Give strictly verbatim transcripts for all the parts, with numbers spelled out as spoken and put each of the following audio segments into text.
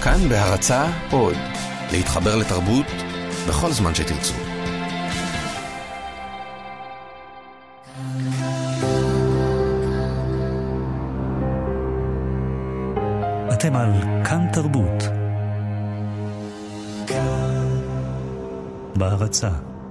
כאן בהרצאה עוד, להתחבר לתרבות בכל זמן שתרצו. אתם על כאן תרבות בהרצאה.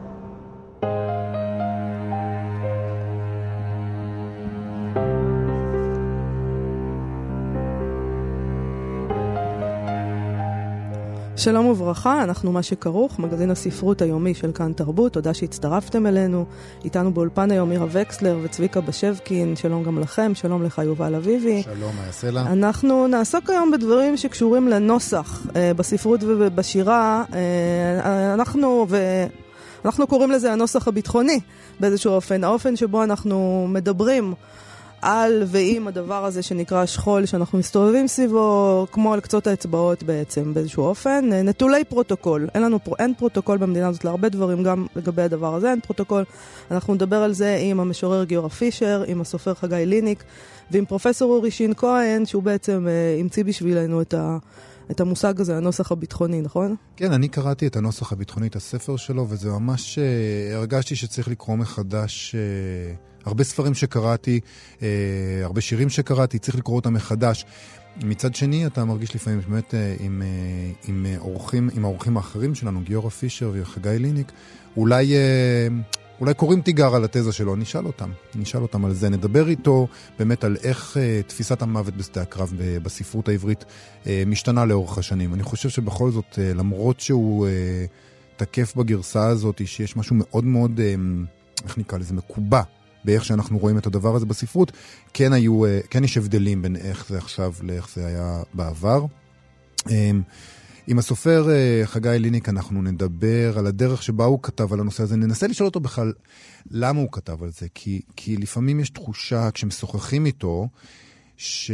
שלום וברכה, אנחנו מה שכרוך, מגזין הספרות היומי של כאן תרבות, תודה שהצטרפתם אלינו. איתנו באולפן היום מירה וקסלר וצביקה בשבקין, שלום גם לכם, שלום לך יובל אביבי. שלום, מה יעשה לה? אנחנו נעסוק היום בדברים שקשורים לנוסח, אה, בספרות ובשירה. אה, אנחנו, ו... אנחנו קוראים לזה הנוסח הביטחוני, באיזשהו אופן, האופן שבו אנחנו מדברים על ועם הדבר הזה שנקרא שכול, שאנחנו מסתובבים סביבו כמו על קצות האצבעות בעצם, באיזשהו אופן, נטולי פרוטוקול. אין לנו, אין פרוטוקול במדינה הזאת להרבה דברים, גם לגבי הדבר הזה אין פרוטוקול. אנחנו נדבר על זה עם המשורר גיורא פישר, עם הסופר חגי ליניק, ועם פרופסור אורי שין כהן, שהוא בעצם אה, המציא בשבילנו את ה... את המושג הזה, הנוסח הביטחוני, נכון? כן, אני קראתי את הנוסח הביטחוני, את הספר שלו, וזה ממש, אה, הרגשתי שצריך לקרוא מחדש, אה, הרבה ספרים שקראתי, אה, הרבה שירים שקראתי, צריך לקרוא אותם מחדש. מצד שני, אתה מרגיש לפעמים באמת אה, עם, אה, עם, אה, אורחים, עם האורחים האחרים שלנו, גיורא פישר וחגי ליניק, אולי... אה, אולי קוראים תיגר על התזה שלו, נשאל אותם, נשאל אותם על זה, נדבר איתו באמת על איך uh, תפיסת המוות בשדה הקרב ב- בספרות העברית uh, משתנה לאורך השנים. אני חושב שבכל זאת, uh, למרות שהוא uh, תקף בגרסה הזאת, שיש משהו מאוד מאוד, uh, איך נקרא לזה, מקובע, באיך שאנחנו רואים את הדבר הזה בספרות, כן, היו, uh, כן יש הבדלים בין איך זה עכשיו לאיך זה היה בעבר. Um, עם הסופר חגי ליניק אנחנו נדבר על הדרך שבה הוא כתב על הנושא הזה. ננסה לשאול אותו בכלל למה הוא כתב על זה, כי, כי לפעמים יש תחושה כשמשוחחים איתו ש...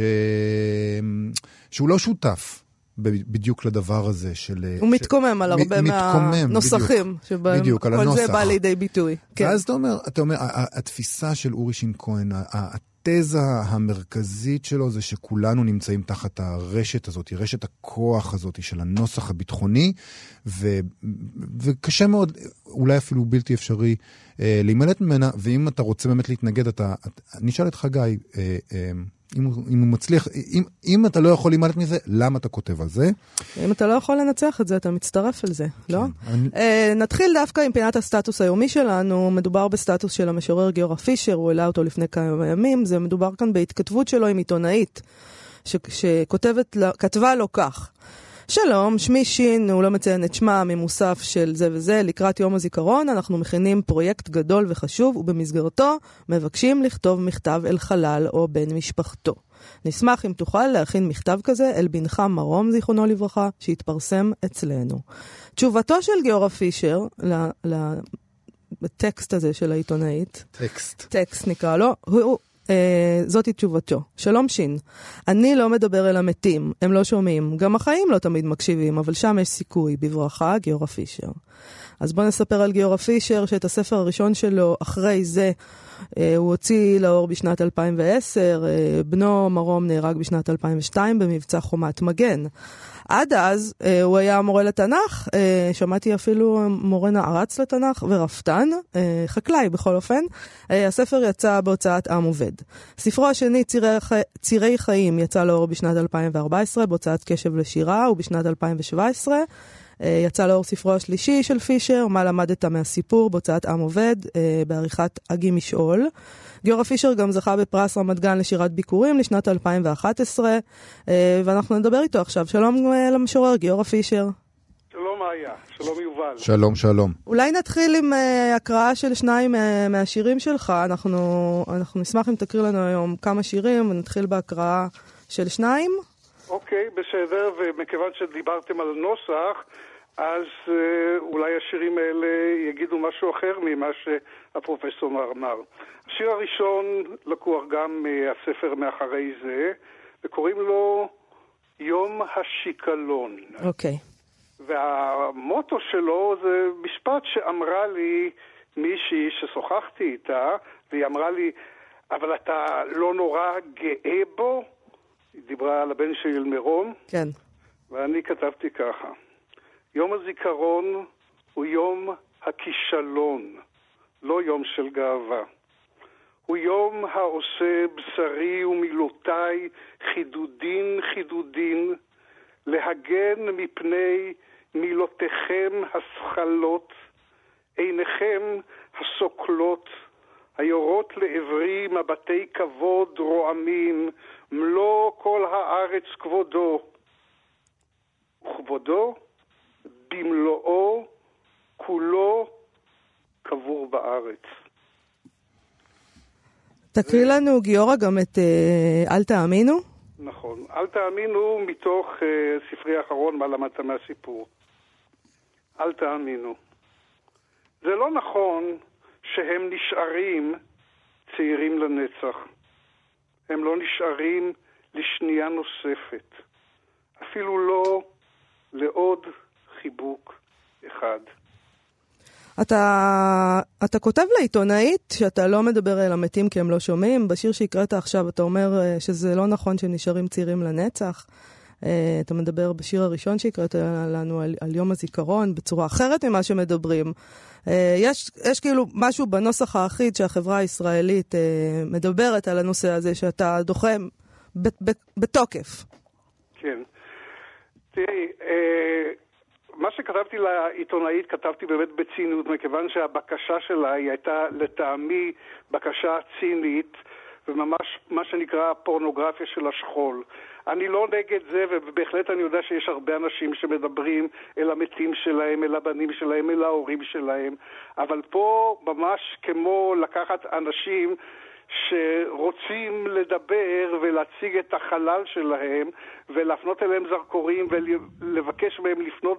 שהוא לא שותף בדיוק לדבר הזה של... הוא ש... מתקומם על הרבה מהנוסחים שבהם בדיוק, כל זה בא לידי ביטוי. כן. ואז אתה אומר, אתה אומר, התפיסה של אורי שין כהן, התזה המרכזית שלו זה שכולנו נמצאים תחת הרשת הזאת, רשת הכוח הזאת של הנוסח הביטחוני, ו, וקשה מאוד, אולי אפילו בלתי אפשרי, אה, להימלט ממנה, ואם אתה רוצה באמת להתנגד, אתה, נשאל את חגי, אה, אה, אם הוא, אם הוא מצליח, אם, אם אתה לא יכול להימלט מזה, למה אתה כותב על זה? אם אתה לא יכול לנצח את זה, אתה מצטרף על זה, כן, לא? אני... אה, נתחיל דווקא עם פינת הסטטוס היומי שלנו. מדובר בסטטוס של המשורר גיורא פישר, הוא העלה אותו לפני כמה ימים. זה מדובר כאן בהתכתבות שלו עם עיתונאית, ש- שכותבת, כתבה לו כך: שלום, שמי שין, הוא לא מציין את שמה, ממוסף של זה וזה, לקראת יום הזיכרון אנחנו מכינים פרויקט גדול וחשוב, ובמסגרתו מבקשים לכתוב מכתב אל חלל או בן משפחתו. נשמח אם תוכל להכין מכתב כזה אל בנך מרום, זיכרונו לברכה, שהתפרסם אצלנו. תשובתו של גיורא פישר לטקסט הזה של העיתונאית, טקסט. טקסט נקרא לו, הוא... Uh, זאת היא תשובתו. שלום שין, אני לא מדבר אל המתים, הם לא שומעים, גם החיים לא תמיד מקשיבים, אבל שם יש סיכוי. בברכה, גיורא פישר. אז בוא נספר על גיורא פישר, שאת הספר הראשון שלו אחרי זה uh, הוא הוציא לאור בשנת אלפיים ועשר, uh, בנו מרום נהרג בשנת אלפיים ושתיים במבצע חומת מגן. עד אז אה, הוא היה מורה לתנ"ך, אה, שמעתי אפילו מורה נערץ לתנ"ך ורפתן, אה, חקלאי בכל אופן. אה, הספר יצא בהוצאת עם עובד. ספרו השני, צירי, צירי חיים, יצא לאור בשנת אלפיים וארבע עשרה בהוצאת קשב לשירה, ובשנת אלפיים שבע עשרה אה, יצא לאור ספרו השלישי של פישר, מה למדת מהסיפור, בהוצאת עם עובד, אה, בעריכת אגי משעול. גיורא פישר גם זכה בפרס רמת גן לשירת ביקורים לשנת אלפיים ואחת עשרה, ואנחנו נדבר איתו עכשיו. שלום למשורר גיורא פישר. שלום מאיה, שלום יובל. שלום, שלום. אולי נתחיל עם uh, הקראה של שניים uh, מהשירים שלך. אנחנו, אנחנו נשמח אם תקריא לנו היום כמה שירים, ונתחיל בהקראה של שניים. אוקיי, בסדר, ומכיוון שדיברתם על נוסח, אז uh, אולי השירים האלה יגידו משהו אחר ממה שהפרופסור אמר. השיר הראשון לקוח גם מהספר מאחרי זה, וקוראים לו יום השיקלון. אוקיי. והמוטו שלו זה משפט שאמרה לי מישהי ששוחחתי איתה, והיא אמרה לי, אבל אתה לא נורא גאה בו? היא דיברה על הבן של מרום. כן. ואני כתבתי ככה: יום הזיכרון הוא יום הכישלון, לא יום של גאווה. הוא יום העושה בשרי ומילותיי חידודין חידודין, להגן מפני מילותיכם הסחלות, עיניכם הסוקלות, היורות לעברי מבטי כבוד רועמים, מלוא כל הארץ כבודו. וכבודו במלואו כולו קבור בארץ. תקריא לנו, גיורא, גם את אה, אל תאמינו. נכון. אל תאמינו מתוך uh, ספרי האחרון, מה למדת מהסיפור. אל תאמינו. זה לא נכון שהם נשארים צעירים לנצח. הם לא נשארים לשנייה נוספת. אפילו לא לעוד חיבוק אחד. אתה, אתה כותב לעיתונאית שאתה לא מדבר אל המתים כי הם לא שומעים. בשיר שהקראת עכשיו אתה אומר שזה לא נכון שנשארים צעירים לנצח. אתה מדבר בשיר הראשון שהקראת לנו על, על יום הזיכרון בצורה אחרת ממה שמדברים. יש, יש כאילו משהו בנוסח האחיד שהחברה הישראלית מדברת על הנושא הזה שאתה דוחה ב, ב, בתוקף. כן. תראי, אה... מה שכתבתי לעיתונאית כתבתי באמת בציניות, מכיוון שהבקשה שלה היא הייתה לטעמי בקשה צינית, וממש מה שנקרא פורנוגרפיה של השכול. אני לא נגד זה, ובהחלט אני יודע שיש הרבה אנשים שמדברים אל המתים שלהם, אל הבנים שלהם, אל ההורים שלהם, אבל פה ממש כמו לקחת אנשים שרוצים לדבר ולהציג את החלל שלהם ולהפנות אליהם זרקורים ולבקש מהם לפנות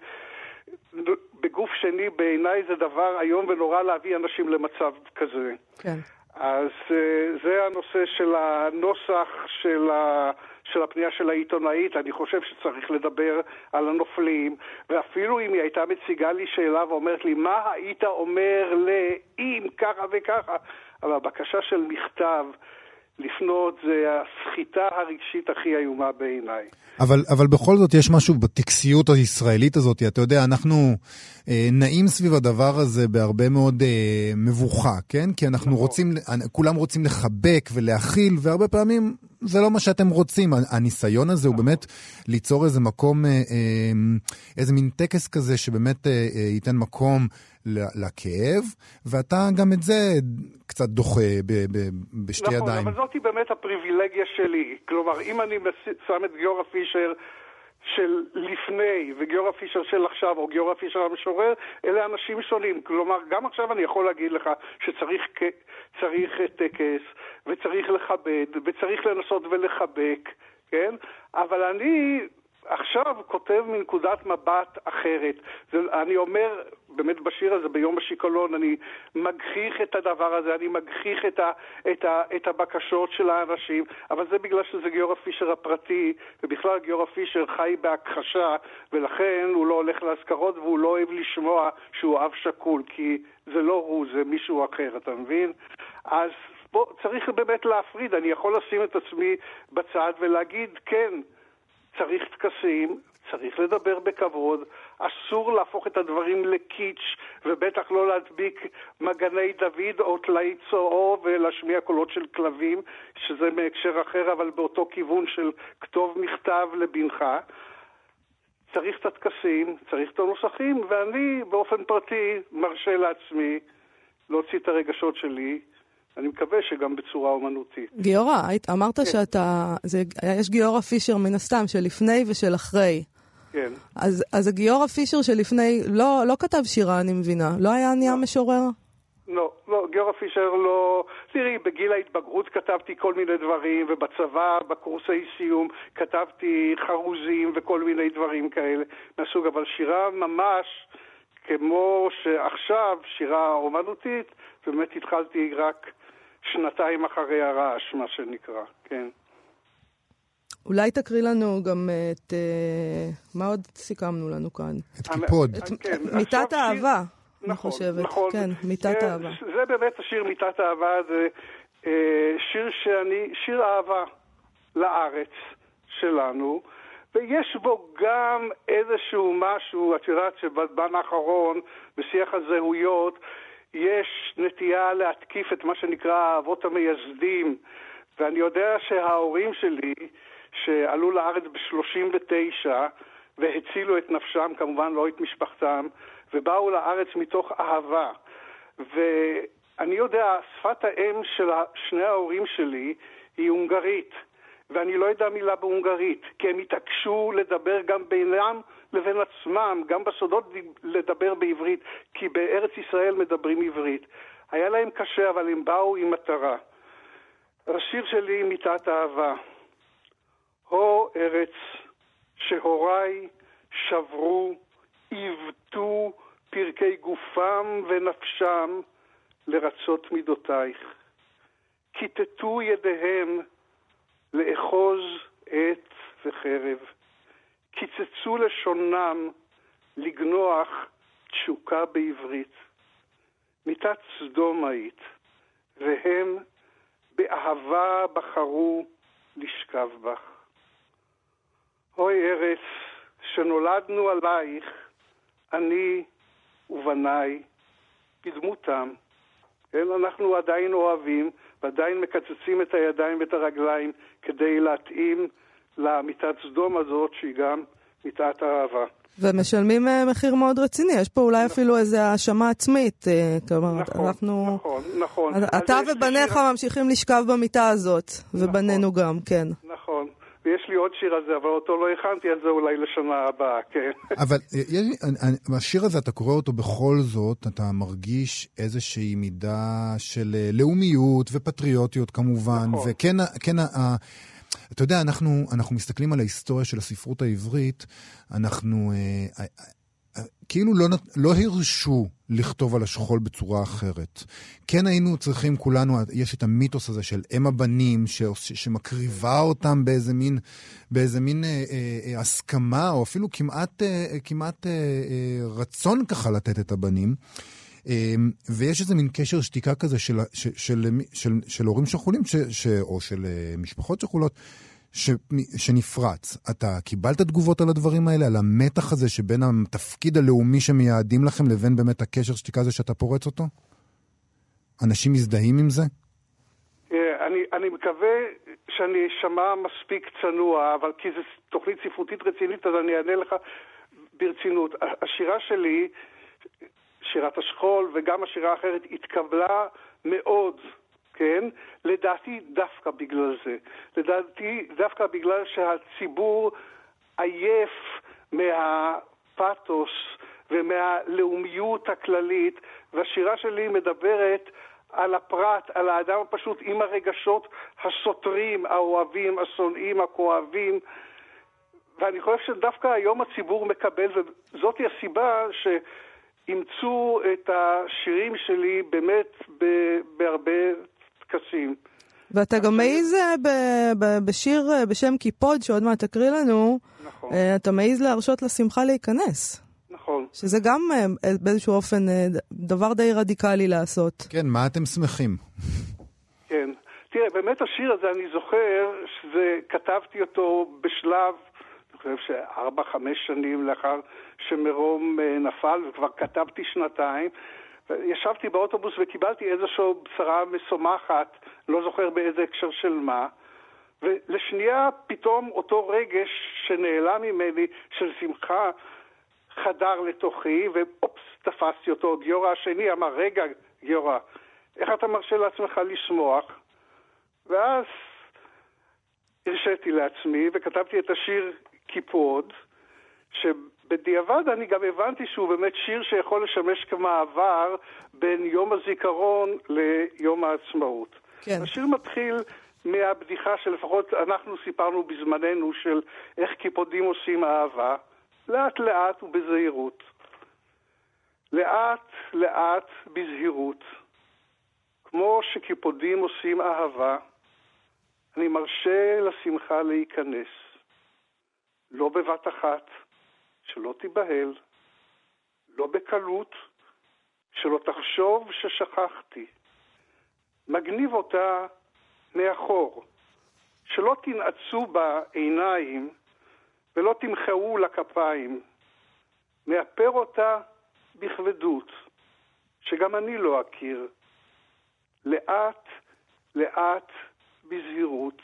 בגוף שני, בעיניי זה דבר היום ונורא להביא אנשים למצב כזה. כן. אז זה הנושא של הנוסח של ה... של הפנייה של העיתונאית. אני חושב שצריך לדבר על הנופלים, ואפילו אם היא הייתה מציגה לי שאלה ואומרת לי מה היית אומר לאם ככה וככה, אבל הבקשה של מכתב לפנות זה הסחיטה הרגשית הכי איומה בעיניי. אבל, אבל בכל זאת יש משהו בטקסיות הישראלית הזאת, אתה יודע, אנחנו אה, נעים סביב הדבר הזה בהרבה מאוד אה, מבוכה, כן? כי אנחנו נכון. רוצים, כולם רוצים לחבק ולהכיל, והרבה פעמים זה לא מה שאתם רוצים. הניסיון הזה נכון. הוא באמת ליצור איזה מקום, אה, אה, איזה מין טקס כזה שבאמת אה, אה, ייתן מקום לכאב, ואתה גם את זה קצת דוחה ב- ב- בשתי נכון, ידיים. נכון, אבל זאת היא באמת הפריבילגיה שלי. כלומר, אם אני שם את גיורא פישר של לפני וגיורא פישר של עכשיו, או גיורא פישר המשורר, אלה אנשים שונים. כלומר, גם עכשיו אני יכול להגיד לך שצריך צריך טקס, וצריך לכבד, וצריך לנסות ולחבק, כן? אבל אני עכשיו כותב מנקודת מבט אחרת. זה, אני אומר, באמת בשיר הזה, ביום השיכלון, אני מגחיך את הדבר הזה, אני מגחיך את, ה, את, ה, את הבקשות של האנשים, אבל זה בגלל שזה גיורא פישר הפרטי, ובכלל גיורא פישר חי בהכחשה, ולכן הוא לא הולך להזכרות, והוא לא אוהב לשמוע שהוא אב שקול, כי זה לא הוא, זה מישהו אחר, אתה מבין? אז בוא, צריך באמת להפריד, אני יכול לשים את עצמי בצד ולהגיד, כן, צריך תקסים, צריך לדבר בכבוד, אסור להפוך את הדברים לקיץ' ובטח לא להדביק מגני דוד או תלאי צהוב ולהשמיע קולות של כלבים, שזה מהקשר אחר אבל באותו כיוון של כתוב מכתב לבנך. צריך את התקסים, צריך את הנוסחים, ואני באופן פרטי מרשה לעצמי להוציא את הרגשות שלי, אני מקווה שגם בצורה אומנותית. גיורא, אמרת כן. שאתה, זה, יש גיורא פישר מן הסתם של לפני ושל אחרי. כן. אז, אז הגיורא פישר של לפני לא, לא כתב שירה, אני מבינה. לא היה נהיה לא. משורר? לא, לא, גיורא פישר לא... תראי, בגיל ההתבגרות כתבתי כל מיני דברים, ובצבא, בקורסי סיום, כתבתי חרוזים וכל מיני דברים כאלה מהסוג, אבל שירה ממש, כמו שעכשיו, שירה אומנותית, באמת התחלתי רק שנתיים אחרי הרעש, מה שנקרא, כן. אולי תקריא לנו גם את... מה עוד סיכמנו לנו כאן? את קיפוד. מיטת האהבה, אני חושבת. נכון, כן, מיטת האהבה. זה באמת השיר מיטת האהבה, זה שיר שאני, שיר אהבה לארץ שלנו, ויש בו גם איזשהו משהו, את יודעת שבזמן האחרון, בשיח הזהויות, יש נטייה להתקיף את מה שנקרא האבות המייסדים, ואני יודע שההורים שלי, שעלו לארץ ב-שלושים ותשע, והצילו את נפשם, כמובן לא את משפחתם, ובאו לארץ מתוך אהבה. ואני יודע, שפת האם של שני ההורים שלי היא הונגרית, ואני לא יודע מילה בהונגרית, כי הם התעקשו לדבר גם בינם לבין עצמם, גם בסודות לדבר בעברית, כי בארץ ישראל מדברים עברית. היה להם קשה, אבל הם באו עם מטרה. השיר שלי מיטת אהבה. הו ארץ שהוריי שברו, עיוותו פרקי גופם ונפשם לרצות מידותייך. כיתתו ידיהם לאחוז עת וחרב. קיצצו לשונם לגנוח תשוקה בעברית. מיטת סדום היית, והם באהבה בחרו לשכב בך. אוי ארץ שנולדנו עלייך, אני ובניי בדמותם. כן, אנחנו עדיין אוהבים ועדיין מקצצים את הידיים ואת הרגליים כדי להתאים למיטת סדום הזאת שהיא גם מיטת אהבה. ומשלמים מחיר מאוד רציני, יש פה אולי נכון. אפילו איזו האשמה עצמית, כלומר, נכון, אנחנו... נכון, נכון. אתה ובניך שיר... ממשיכים לשכב במיטה הזאת, נכון, ובנינו גם, כן. נכון, ויש לי עוד שיר הזה, אבל אותו לא הכנתי, אז זה אולי לשנה הבאה, כן. אבל השיר הזה, אתה קורא אותו בכל זאת, אתה מרגיש איזושהי מידה של לאומיות ופטריוטיות כמובן, נכון. וכן, כן, אתה יודע, אנחנו, אנחנו מסתכלים על ההיסטוריה של הספרות העברית, אנחנו אה, אה, כאילו לא, לא הרשו לכתוב על השכול בצורה אחרת. כן היינו צריכים כולנו, יש את המיתוס הזה של אם הבנים, ש, שמקריבה אותם באיזה מין, באיזה מין אה, אה, הסכמה, או אפילו כמעט, אה, כמעט אה, אה, רצון ככה לתת את הבנים. ויש איזה מין קשר שתיקה כזה של, של, של, של, של הורים שכולים ש, ש, או של משפחות שכולות ש, שנפרץ. אתה קיבלת תגובות על הדברים האלה, על המתח הזה שבין התפקיד הלאומי שמייעדים לכם לבין באמת הקשר שתיקה הזה שאתה פורץ אותו? אנשים מזדהים עם זה? אני, אני מקווה שאני אשמע מספיק צנוע, אבל כי זו תוכנית ספרותית רצינית, אז אני אענה לך ברצינות. השירה שלי, שירת השכול וגם השירה האחרת התקבלה מאוד, כן? לדעתי דווקא בגלל זה. לדעתי דווקא בגלל שהציבור עייף מהפאתוס ומהלאומיות הכללית, והשירה שלי מדברת על הפרט, על האדם הפשוט עם הרגשות הסותרים, האוהבים, השונאים, הכואבים, ואני חושב שדווקא היום הציבור מקבל, וזאת היא הסיבה ש... אימצו את השירים שלי באמת בהרבה טקסים. ואתה גם מעיז בשיר בשם קיפוד, שעוד מעט תקריא לנו, נכון. אתה מעיז להרשות לשמחה להיכנס. נכון. שזה גם באיזשהו אופן דבר די רדיקלי לעשות. כן, מה אתם שמחים? כן. תראה, באמת השיר הזה, אני זוכר שזה, כתבתי אותו בשלב, אני חושב שארבע, חמש שנים לאחר שמרום נפל, וכבר כתבתי שנתיים, ישבתי באוטובוס וקיבלתי איזושהי בשרה משמחת, לא זוכר באיזה הקשר של מה, ולשנייה פתאום אותו רגש שנעלם ממני של שמחה חדר לתוכי, ואופס, תפסתי אותו. גיורא השני אמר, רגע גיורא, איך אתה מרשה לעצמך לשמוח? ואז הרשיתי לעצמי וכתבתי את השיר קיפוד, שבדיעבד אני גם הבנתי שהוא באמת שיר שיכול לשמש כמעבר בין יום הזיכרון ליום העצמאות. כן. השיר מתחיל מהבדיחה שלפחות אנחנו סיפרנו בזמננו של איך קיפודים עושים אהבה, לאט לאט ובזהירות. לאט לאט בזהירות. כמו שקיפודים עושים אהבה, אני מרשה לשמחה להיכנס. לא בבת אחת, שלא תיבהל, לא בקלות, שלא תחשוב ששכחתי. מגניב אותה מאחור, שלא תנעצו בה עיניים, ולא תמחאו לכפיים. מאפר אותה בכבדות, שגם אני לא אכיר. לאט, לאט, בזהירות.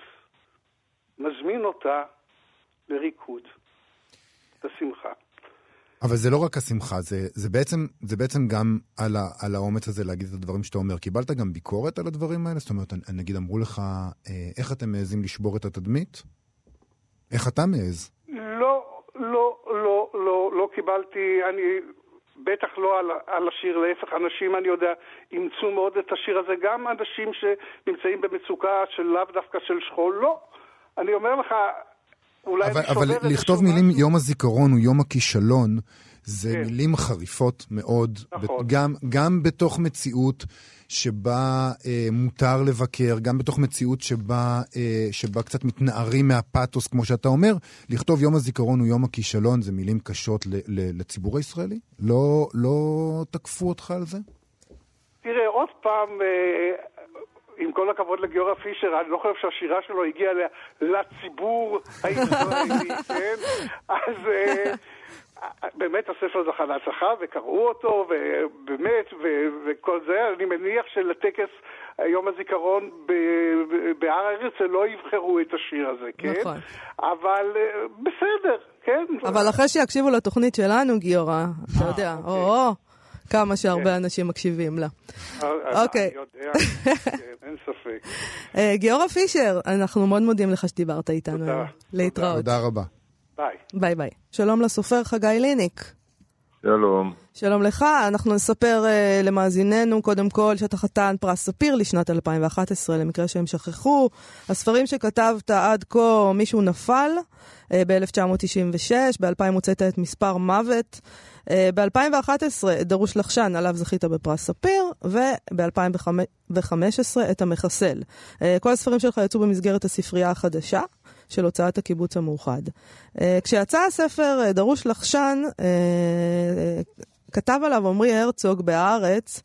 מזמין אותה לריקוד. בשמחה. אבל זה לא רק השמחה, זה, זה, בעצם, זה בעצם גם על, ה, על האומץ הזה להגיד את הדברים שאתה אומר. קיבלת גם ביקורת על הדברים האלה? זאת אומרת, נגיד אמרו לך, איך אתם מעזים לשבור את התדמית? איך אתה מעז? לא, לא, לא, לא, לא קיבלתי, אני בטח לא על, על השיר, להפך, אנשים, אני יודע, אימצו מאוד את השיר הזה, גם אנשים שנמצאים במצוקה של לאו דווקא של שכול, לא. אני אומר לך, אבל, אבל לכתוב מילים משהו? יום הזיכרון הוא יום הכישלון, זה כן. מילים חריפות מאוד, נכון. גם, גם בתוך מציאות שבה אה, מותר לבקר, גם בתוך מציאות שבה, אה, שבה קצת מתנערים מהפאטוס, כמו שאתה אומר, לכתוב יום הזיכרון הוא יום הכישלון, זה מילים קשות ל, ל, לציבור הישראלי? לא, לא תקפו אותך על זה? תראה, עוד פעם... אה... עם כל הכבוד לגיורא פישר, אני לא חושב שהשירה שלו הגיעה לציבור הישראלי, כן? אז באמת הספר זכה להצלחה, וקראו אותו, ובאמת, וכל זה, אני מניח שלטקס יום הזיכרון בהר הרצל לא יבחרו את השיר הזה, כן? נכון. אבל בסדר, כן? אבל אחרי שיקשיבו לתוכנית שלנו, גיורא, אתה יודע, או-או, כמה שהרבה אנשים מקשיבים לה. אוקיי. אני יודע, אין ספק. גיורא פישר, אנחנו מאוד מודים לך שדיברת איתנו. תודה. להתראות. תודה רבה. ביי. ביי ביי. שלום לסופר חגי ליניק. שלום. שלום לך, אנחנו נספר uh, למאזיננו קודם כל שאתה חתן פרס ספיר לשנת אלפיים ואחת עשרה, למקרה שהם שכחו. הספרים שכתבת עד כה, מישהו נפל uh, ב-אלף תשע מאות תשעים ושש, ב-אלפיים הוצאת את מספר מוות, uh, ב-אלפיים ואחת עשרה דרוש לחשן, עליו זכית בפרס ספיר, וב-אלפיים וחמש עשרה את המחסל. Uh, כל הספרים שלך יצאו במסגרת הספרייה החדשה של הוצאת הקיבוץ המאוחד. Uh, כשיצא הספר uh, דרוש לחשן, uh, uh, כתב עליו עמרי הרצוג בהארץ,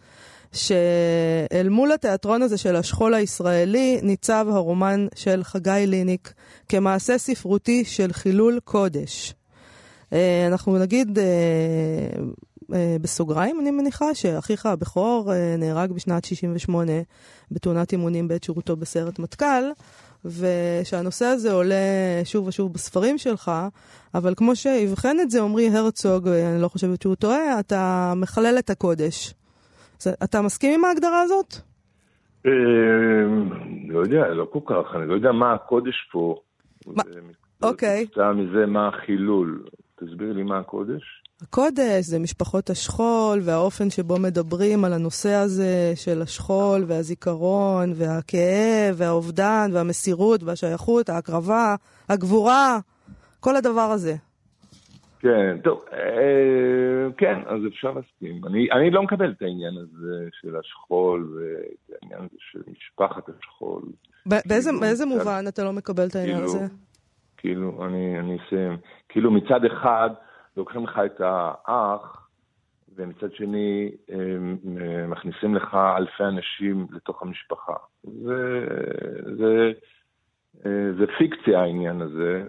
שאל מול התיאטרון הזה של השכול הישראלי, ניצב הרומן של חגי ליניק כמעשה ספרותי של חילול קודש. Uh, אנחנו נגיד uh, uh, בסוגריים, אני מניחה שאחיך הבכור uh, נהרג בשנת שישים ושמונה בתאונת אימונים בעת שירותו בסיירת מטכ"ל, ושהנושא הזה עולה שוב ושוב בספרים שלך, אבל כמו שהבחן את זה עמרי הרצוג, אני לא חושבת שהוא טועה, אתה מחלל את הקודש. אתה מסכים עם ההגדרה הזאת? לא יודע, לא כל כך, אני לא יודע מה הקודש פה. אוקיי. תוצאה מזה מה החילול. תסביר לי מה הקודש? הקודש זה משפחות השכול, והאופן שבו מדברים על הנושא הזה של השכול והזיכרון והכאב והאובדן והמסירות והשייכות, ההקרבה, הגבורה, כל הדבר הזה. כן, טוב, אה, כן, אז אפשר להסכים. אני, אני לא מקבל את העניין הזה של השכול והעניין הזה של משפחת השכול. באיזה, באיזה מובן אתה לא מקבל את העניין הזה? כאילו, אני, אני אסיים. כאילו מצד אחד, לוקחים לך את האח, ומצד שני מכניסים לך אלפי אנשים לתוך המשפחה. זה, זה, זה פיקציה העניין הזה,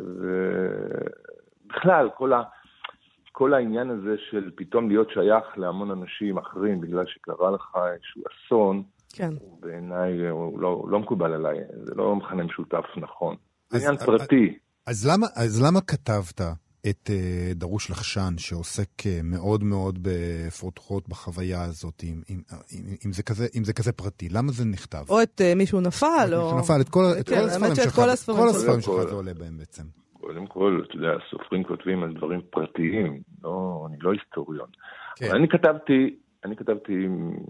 ובכלל כל, ה, כל העניין הזה של פתאום להיות שייך להמון אנשים אחרים, בגלל שקרה לך איזשהו אסון, כן. בעיניי הוא לא, הוא לא מקובל עליי, זה לא מכנה משותף נכון. זה עניין פרטי. אז למה, אז למה כתבת את uh, דרוש לחשן, שעוסק uh, מאוד מאוד בפרוטחות בחוויה הזאת, אם, אם, אם, אם, זה כזה, אם זה כזה פרטי? למה זה נכתב? או את uh, מישהו נפל, או... מישהו נפל, את כל, את כן, כל הספרים שלך, כל הספרים כל הספרים שלך זה עולה בהם בעצם. קודם כל, אתה יודע, הסופרים כותבים על דברים פרטיים, לא, אני לא היסטוריון. כן. אבל אני כתבתי, אני כתבתי,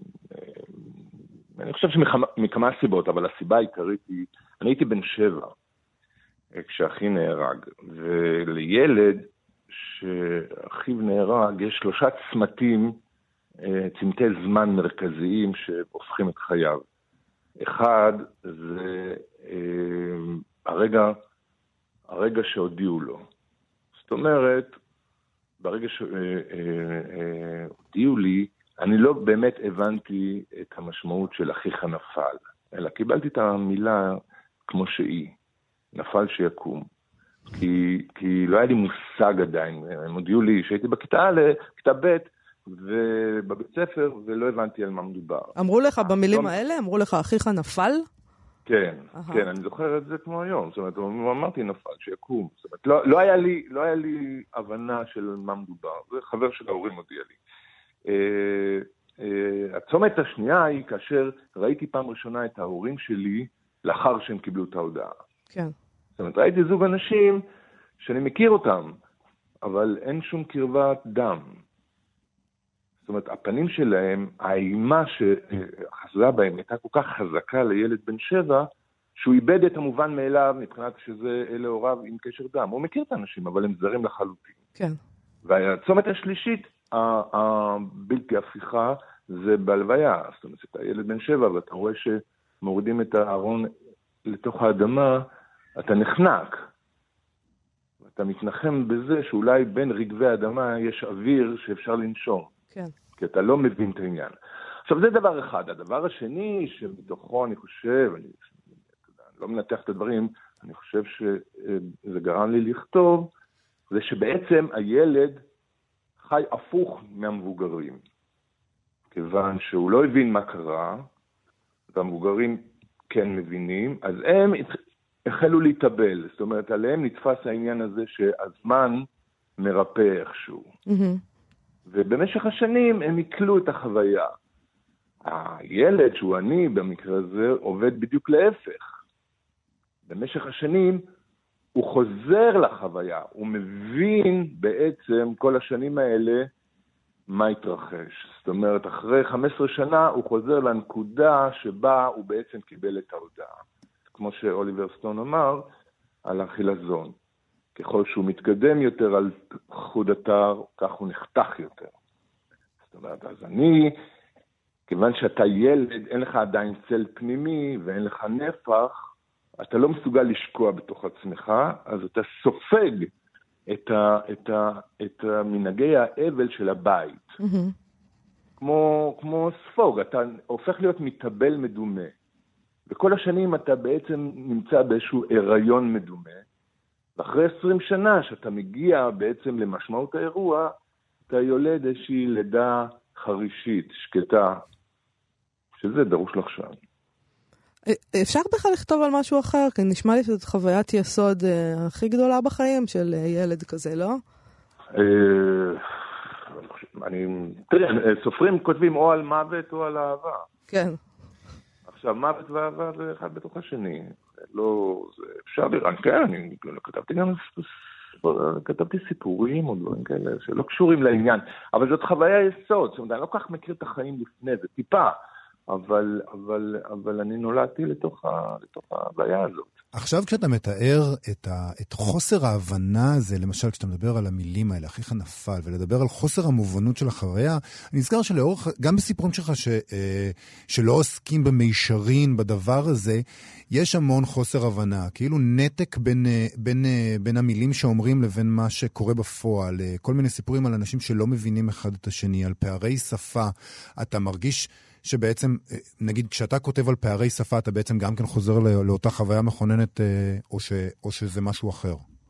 אני חושב שמכמה סיבות, אבל הסיבה העיקרית היא, אני הייתי בן שבע, כשאחי נהרג, ולילד שאחיו נהרג, יש שלושה צמתים, צמתי זמן מרכזיים שהופכים את חייו. אחד, זה הרגע, הרגע שהודיעו לו. זאת אומרת, ברגע שהודיעו לי, אני לא באמת הבנתי את המשמעות של אחיך נפל, אלא קיבלתי את המילה כמו שהיא. נפל שיקום. כי, כי לא היה לי מושג עדיין. הם הודיעו לי שהייתי בכיתה א', כיתה ב', ובבית ספר, ולא הבנתי על מה מדובר. אמרו לך במילים האלה? אמרו לך, אחיך נפל? כן, כן, אני זוכר את זה כמו היום. זאת אומרת, אמרתי נפל, שיקום. זאת אומרת, לא, לא היה לי, לא היה לי הבנה של מה מדובר. זה חבר של ההורים הודיע לי. הצומת השנייה היא כאשר ראיתי פעם ראשונה את ההורים שלי לאחר שהם קיבלו את ההודעה. כן. זאת אומרת, ראיתי זוג אנשים שאני מכיר אותם, אבל אין שום קרבת דם. זאת אומרת, הפנים שלהם, האימה שחזרה בהם הייתה כל כך חזקה לילד בן שבע, שהוא איבד את המובן מאליו מבחינת שזה אלה הוריו עם קשר דם. הוא מכיר את האנשים, אבל הם זרים לחלוטין. כן. והצומת השלישית, הבלתי הפיכה, זה בהלוויה. זאת אומרת, אתה ילד בן שבע, ואתה רואה שמורידים את הארון לתוך האדמה, אתה נחנק. אתה מתנחם בזה שאולי בין רגבי האדמה יש אוויר שאפשר לנשום. כן. כי אתה לא מבין את העניין. עכשיו, זה דבר אחד. הדבר השני, שמתוכו אני חושב, אני, אני לא מנתח את הדברים, אני חושב שזה גרם לי לכתוב, זה שבעצם הילד חי הפוך מהמבוגרים. כיוון שהוא לא הבין מה קרה, והמבוגרים כן מבינים, אז הם החלו להתאבל. זאת אומרת, עליהם נתפס העניין הזה שהזמן מרפא איכשהו. Mm-hmm. ובמשך השנים הם יקלו את החוויה. הילד שהוא אני במקרה הזה עובד בדיוק להפך. במשך השנים הוא חוזר לחוויה, הוא מבין בעצם כל השנים האלה מה התרחש. זאת אומרת, אחרי חמש עשרה שנה הוא חוזר לנקודה שבה הוא בעצם קיבל את ההודעה. כמו שאוליבר סטון אמר על החילזון. ככל שהוא מתקדם יותר על חוד אתר, כך הוא נחתך יותר. זאת אומרת, אז אני, כיוון שאתה ילד, אין לך עדיין צל פנימי ואין לך נפח, אתה לא מסוגל לשקוע בתוך עצמך, אז אתה סופג את, ה, את, ה, את המנהגי האבל של הבית. Mm-hmm. כמו, כמו ספוג, אתה הופך להיות מתאבל מדומה. וכל השנים אתה בעצם נמצא באיזשהו הריון מדומה, ואחרי עשרים שנה שאתה מגיע בעצם למשמעות האירוע, אתה יולד איזושהי לידה חרישית, שקטה, שזה דרוש לחשב. אפשר בכלל לכתוב על משהו אחר? כי נשמע לי שזאת חוויית יסוד uh, הכי גדולה בחיים של uh, ילד כזה, לא? אני, תראה, סופרים כותבים או על מוות או על אהבה. כן. עכשיו, מוות ואהבה זה אחד בתוך השני. לא, זה אפשר לראות, כן, אני כתבתי גם, כתבתי סיפורים או דברים כאלה שלא קשורים לעניין, אבל זאת חוויה יסוד, זאת אומרת, אני לא כך מכיר את החיים לפני, זה טיפה, אבל, אבל, אבל אני נולדתי לתוך ה, לתוך הבעיה הזאת. עכשיו כשאתה מתאר את, ה, את חוסר ההבנה הזה, למשל כשאתה מדבר על המילים האלה, אחיך נפל, ולדבר על חוסר המובנות של החוויה, אני נזכר שלאורך, גם בסיפורים שלך ש, אה, שלא עוסקים במישרין בדבר הזה, יש המון חוסר הבנה, כאילו נתק בין, בין, בין המילים שאומרים לבין מה שקורה בפועל, כל מיני סיפורים על אנשים שלא מבינים אחד את השני, על פערי שפה, אתה מרגיש שבעצם, נגיד, כשאתה כותב על פערי שפה, אתה בעצם גם כן חוזר לא, לאותה חוויה מכוננת, או, ש, או שזה משהו אחר?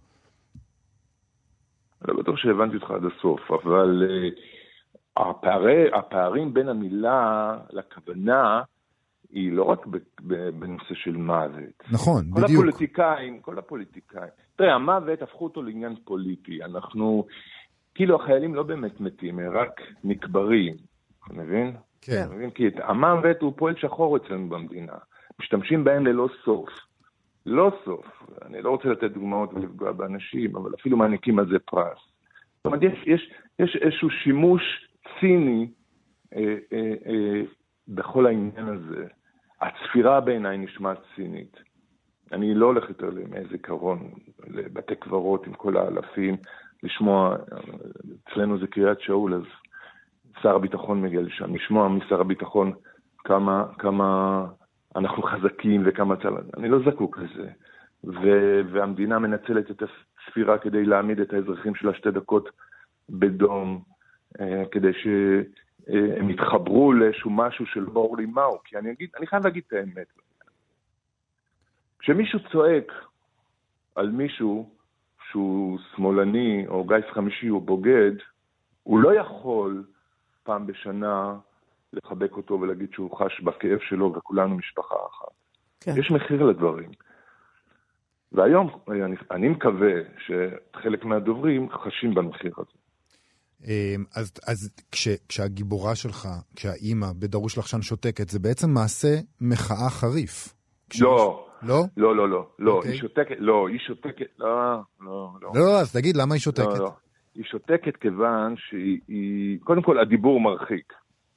אני לא בטוח שהבנתי אותך עד הסוף, אבל uh, הפערי, הפערים בין המילה לכוונה, היא לא רק בנושא של מוות. נכון, כל בדיוק. הפוליטיקאים, כל הפוליטיקאים. תראה, המוות הפכו אותו לעניין פוליטי. אנחנו, כאילו החיילים לא באמת מתים, הם רק נקברים. אתה מבין? כן. אתה מבין? כי המוות הוא פועל שחור אצלנו במדינה. משתמשים בהם ללא סוף. לא סוף. אני לא רוצה לתת דוגמאות ולפגוע באנשים, אבל אפילו מעניקים על זה פרס. זאת אומרת, יש, יש, יש איזשהו שימוש ציני אה, אה, אה, בכל העניין הזה. הצפירה בעיניי נשמעת צינית. אני לא הולך יותר לימי זיכרון, לבתי קברות עם כל האלפים, לשמוע, אצלנו זה קריאת שאול, אז שר הביטחון מגיע לשם, לשמוע משר הביטחון כמה, כמה אנחנו חזקים וכמה צל... אני לא זקוק לזה. ו- והמדינה מנצלת את הספירה כדי להעמיד את האזרחים שלה שתי דקות בדום, אה, כדי שהם יתחברו לאיזשהו משהו של ברור לי מהו. כי אני אגיד, אני חייב להגיד את האמת. כשמישהו צועק על מישהו, שהוא שמאלני או גיס חמישי או בוגד, הוא לא יכול פעם בשנה לחבק אותו ולהגיד שהוא חש בכאב שלו וכולנו משפחה אחת. כן. יש מחיר לדברים. והיום אני, אני מקווה שחלק מהדוברים חשים במחיר הזה. אז, אז כש, כשהגיבורה שלך, כשהאימא בדרוש לחשן שותקת, זה בעצם מעשה מחאה חריף. לא. לא? לא, לא, לא. לא, היא שותקת, לא, היא שותקת, לא, לא, לא. לא, אז תגיד, למה היא שותקת? לא, לא. היא שותקת כיוון שהיא, קודם כל, הדיבור מרחיק.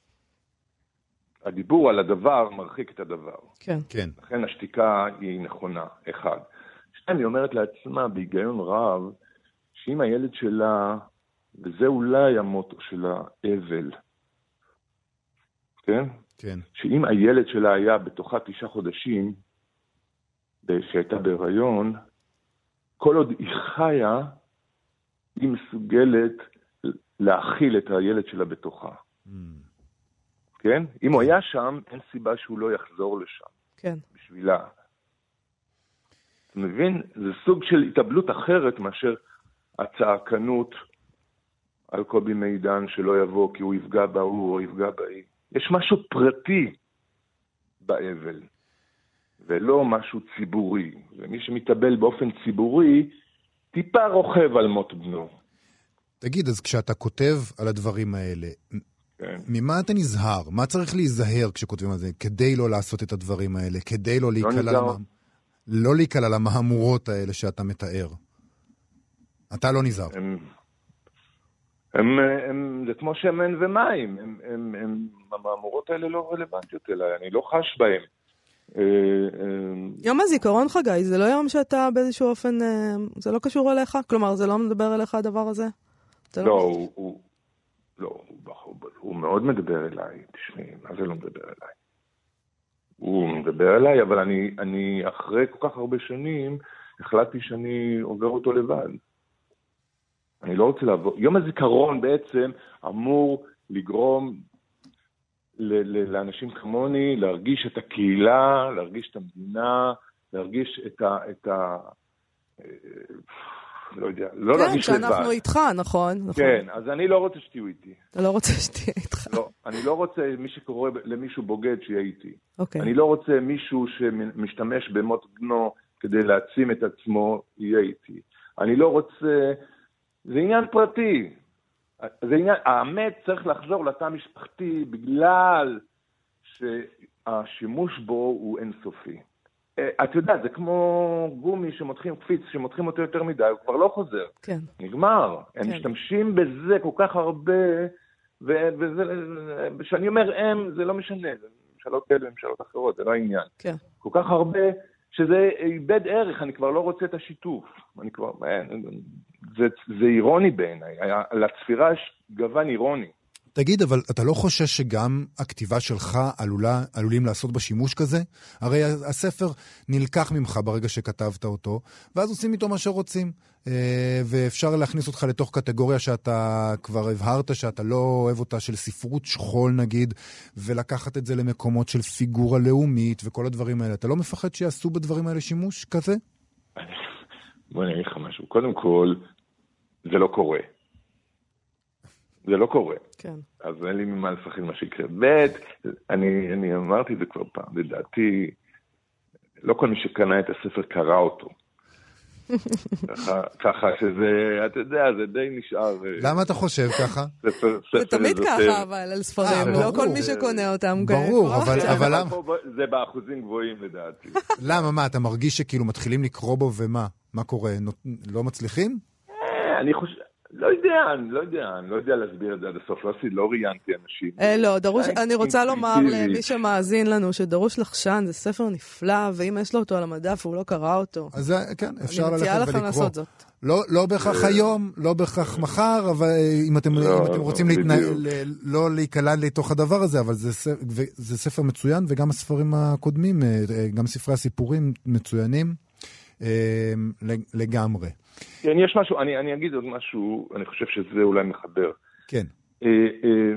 הדיבור על הדבר מרחיק את הדבר. כן. כן. לכן השתיקה היא נכונה, אחד. שתיים, היא אומרת לעצמה בהיגיון רב, שאם הילד שלה, וזה אולי המוטו של האבל, כן? כן. שאם הילד שלה היה בתוכה תשעה חודשים, שהייתה בהיריון, כל עוד היא חיה, היא מסוגלת להכיל את הילד שלה בתוכה. Mm. כן? אם הוא היה שם, אין סיבה שהוא לא יחזור לשם. כן. בשבילה. אתה מבין? זה סוג של התאבלות אחרת מאשר הצעקנות על קובי מידן שלא יבוא כי הוא יפגע בהוא או יפגע בהיא. יש משהו פרטי באבל, ולא משהו ציבורי. ומי שמתאבל באופן ציבורי, טיפה רוכב על מות בנו. תגיד, אז כשאתה כותב על הדברים האלה, כן. ממה אתה נזהר? מה צריך להיזהר כשכותבים על זה? כדי לא לעשות את הדברים האלה, כדי לא להיקלה, לא, למה... לא להיקלה למהמורות האלה שאתה מתאר. אתה לא נזהר. הם, הם, הם, זה כמו שמן ומים. הם, הם, הם, המהמורות האלה לא רלוונטיות אליי, אני לא חש בהם. יום הזיכרון, חגי, זה לא יום שאתה באיזשהו אופן, זה לא קשור אליך? כלומר, זה לא מדבר אליך הדבר הזה? לא, הוא... לא, הוא מאוד מדבר אליי, תשמעי, מה זה לא מדבר אליי? הוא מדבר אליי, אבל אני, אני אחרי כל כך הרבה שנים, החלטתי שאני עובר אותו לבד. אני לא רוצה לעבור. יום הזיכרון בעצם אמור לגרום ל- ל- לאנשים כמוני להרגיש את הקהילה, להרגיש את המדינה, להרגיש את ה... את ה לא יודע, לא כן, להרגיש לבד. כן, שאנחנו איתך, נכון, נכון. כן, אז אני לא רוצה שתהיו איתי. אתה לא רוצה שתהיה איתך. לא, אני לא רוצה מי שקורא למישהו בוגד שיהיה איתי. אוקיי. אני לא רוצה מישהו שמשתמש במות בנו כדי להעצים את עצמו, יהיה איתי. אני לא רוצה... זה עניין פרטי. זה עניין... האמת צריך לחזור לתא משפחתי בגלל שהשימוש בו הוא אינסופי. את יודעת, זה כמו גומי שמותחים, קפיץ, שמותחים אותו יותר מדי, הוא כבר לא חוזר. כן. נגמר. הם כן. משתמשים בזה כל כך הרבה, וזה, כשאני אומר הם, זה לא משנה, זה ממשלות כאלה וממשלות אחרות, זה לא העניין. כן. כל כך הרבה, שזה איבד ערך, אני כבר לא רוצה את השיתוף. אני כבר, זה, זה אירוני בעיניי, לצפירה יש גוון אירוני. תגיד, אבל אתה לא חושש שגם הכתיבה שלך עלולה, עלולים לעשות בשימוש כזה? הרי הספר נלקח ממך ברגע שכתבת אותו, ואז עושים איתו מה שרוצים. ואפשר להכניס אותך לתוך קטגוריה שאתה כבר הבהרת, שאתה לא אוהב אותה, של ספרות שכול נגיד, ולקחת את זה למקומות של פיגורה לאומית וכל הדברים האלה. אתה לא מפחד שיעשו בדברים האלה שימוש כזה? בוא נגיד לך משהו. קודם כל, זה לא קורה. זה לא קורה. כן. אז אין לי ממה לפחד מה שיקרה. ב', אני, אני אמרתי את זה כבר פעם, לדעתי, לא כל מי שקנה את הספר קרא אותו. ככה, ככה שזה, אתה יודע, זה די נשאר. למה אתה חושב ככה? ספר, זה תמיד ככה, אבל על ספרים, לא כל מי שקונה אותם. ברור, אבל למה? זה באחוזים גבוהים לדעתי. למה, מה, אתה מרגיש שכאילו מתחילים לקרוא בו ומה? מה קורה? לא מצליחים? אני חושב... לא יודע, אני לא יודע, אני לא יודע להסביר את זה עד הסוף, לא, לא ראיינתי אנשים. לא, דרוש, אני רוצה לומר למי שמאזין לנו, שדרוש לחשן זה ספר נפלא, ואם יש לו אותו על המדף והוא לא קרא אותו. אז כן, אפשר ללכת ולקרוא. אני מציעה לכם לעשות זאת. לא בהכרח היום, לא בהכרח מחר, אבל אם אתם רוצים לא להיקלע לתוך הדבר הזה, אבל זה ספר מצוין, וגם הספרים הקודמים, גם ספרי הסיפורים מצוינים לגמרי. כן, יש משהו, אני, אני אגיד עוד משהו, אני חושב שזה אולי מחבר. כן. אה, אה,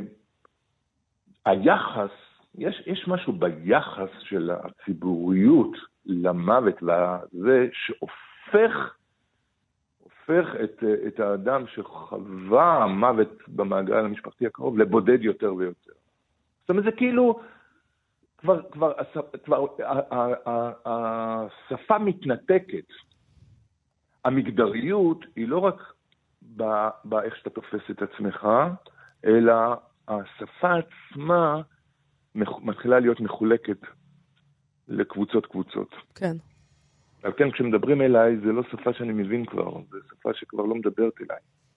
היחס, יש, יש משהו ביחס של הציבוריות למוות, לזה שהופך, הופך את, את האדם שחווה מוות במעגל המשפחתי הקרוב לבודד יותר ויותר. זאת אומרת, זה כאילו, כבר, כבר, כבר, השפה מתנתקת. המגדריות היא לא רק באיך שאתה תופס את עצמך, אלא השפה עצמה מתחילה להיות מחולקת לקבוצות קבוצות. כן. על כן, כשמדברים אליי, זה לא שפה שאני מבין כבר, זה שפה שכבר לא מדברת אליי.